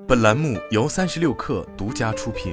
本栏目由36氪独家出品。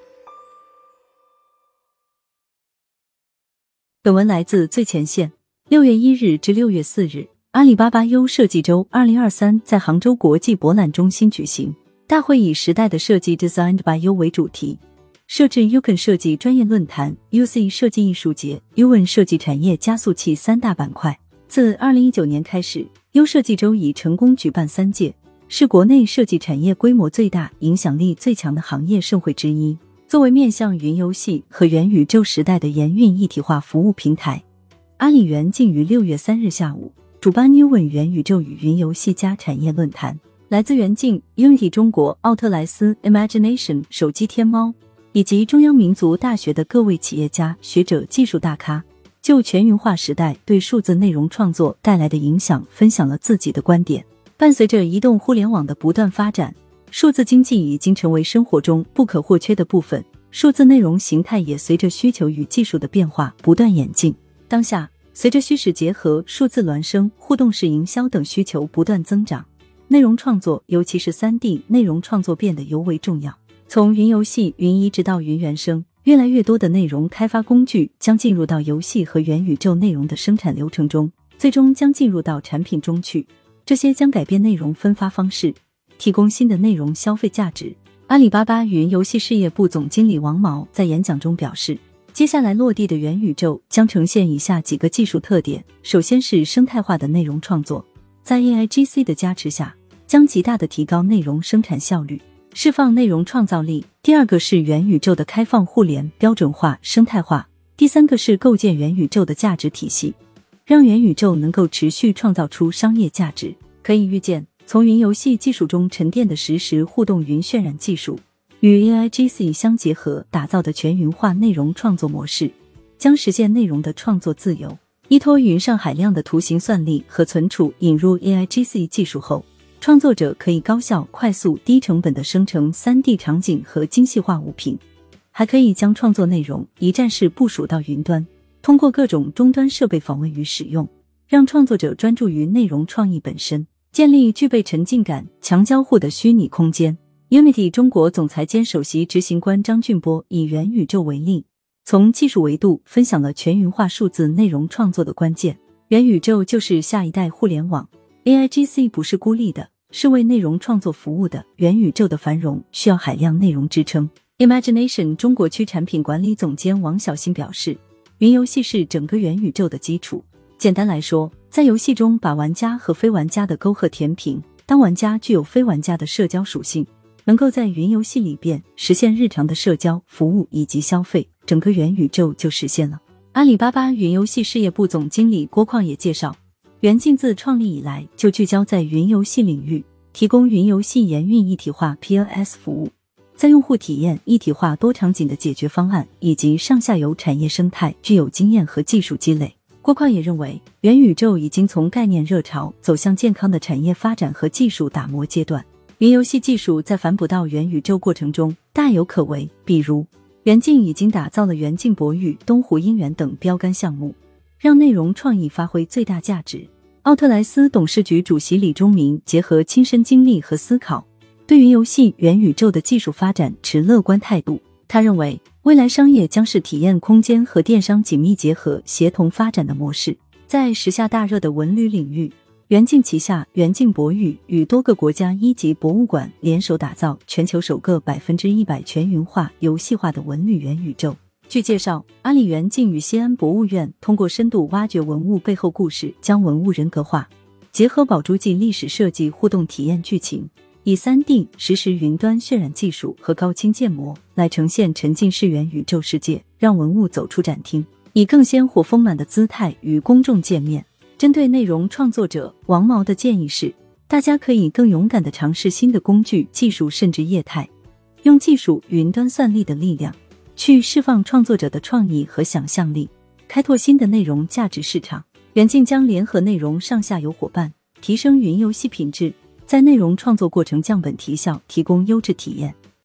本文来自最前线。6月1日至6月4日，阿里巴巴 U 设计周2023在杭州国际博览中心举行。大会以时代的设计 Designed by U 为主题，设置 UCAN 设计专业论坛、UC 设计艺术节、UN 设计产业加速器三大板块。自2019年开始， U 设计周已成功举办3届，是国内设计产业规模最大、影响力最强的行业盛会之一。作为面向云游戏和元宇宙时代的研运一体化服务平台，阿里元镜于6月3日下午主办 UN 元宇宙与云游戏加产业论坛。来自元镜、Unity 中国、奥特莱斯、Imagination、手机天猫以及中央民族大学的各位企业家、学者、技术大咖，就全云化时代对数字内容创作带来的影响分享了自己的观点。伴随着移动互联网的不断发展，数字经济已经成为生活中不可或缺的部分，数字内容形态也随着需求与技术的变化不断演进。当下，随着虚实结合、数字孪生、互动式营销等需求不断增长，内容创作，尤其是 3D 内容创作变得尤为重要。从云游戏、云移植到云原生，越来越多的内容开发工具将进入到游戏和元宇宙内容的生产流程中，最终将进入到产品中去。这些将改变内容分发方式，提供新的内容消费价值。阿里巴巴云游戏事业部总经理王毛在演讲中表示，接下来落地的元宇宙将呈现以下几个技术特点。首先是生态化的内容创作，在 AIGC 的加持下，将极大地提高内容生产效率，释放内容创造力。第二个是元宇宙的开放互联、标准化、生态化。第三个是构建元宇宙的价值体系，让元宇宙能够持续创造出商业价值。可以预见，从云游戏技术中沉淀的实时互动云渲染技术，与 AIGC 相结合打造的全云化内容创作模式，将实现内容的创作自由。依托云上海量的图形算力和存储引入 AIGC 技术后，创作者可以高效、快速、低成本地生成 3D 场景和精细化物品，还可以将创作内容一站式部署到云端，通过各种终端设备访问与使用，让创作者专注于内容创意本身，建立具备沉浸感、强交互的虚拟空间。Unity 中国总裁兼首席执行官张俊波以元宇宙为例，从技术维度分享了全云化数字内容创作的关键。元宇宙就是下一代互联网， AIGC 不是孤立的，是为内容创作服务的。元宇宙的繁荣需要海量内容支撑。Imagination 中国区产品管理总监王小新表示，云游戏是整个元宇宙的基础。简单来说，在游戏中把玩家和非玩家的沟壑填平，当玩家具有非玩家的社交属性，能够在云游戏里边实现日常的社交、服务以及消费，整个元宇宙就实现了。阿里巴巴云游戏事业部总经理郭旷也介绍，元镜自创立以来就聚焦在云游戏领域，提供云游戏研运一体化 PLS 服务，在用户体验一体化多场景的解决方案以及上下游产业生态具有经验和技术积累。郭旷也认为，元宇宙已经从概念热潮走向健康的产业发展和技术打磨阶段。云游戏技术在反哺到元宇宙过程中大有可为，比如元镜已经打造了元镜博域、东湖姻缘等标杆项目，让内容创意发挥最大价值。奥特莱斯董事局主席李忠明结合亲身经历和思考，对云游戏、元宇宙的技术发展持乐观态度。他认为，未来商业将是体验空间和电商紧密结合、协同发展的模式。在时下大热的文旅领域，元镜旗下元镜博域与多个国家一级博物馆联手打造全球首个100%全云化、游戏化的文旅元宇宙。据介绍，阿里元镜与西安博物院通过深度挖掘文物背后故事，将文物人格化，结合宝珠记历史设计互动体验剧情，以 3D 实时云端渲染技术和高清建模来呈现沉浸式元宇宙世界，让文物走出展厅，以更鲜活丰满的姿态与公众见面。针对内容创作者，王毛的建议是，大家可以更勇敢地尝试新的工具、技术甚至业态，用技术、云端算力的力量去释放创作者的创意和想象力，开拓新的内容价值市场。元镜将联合内容上下游伙伴，提升云游戏品质，在内容创作过程降本提效，提供优质体验。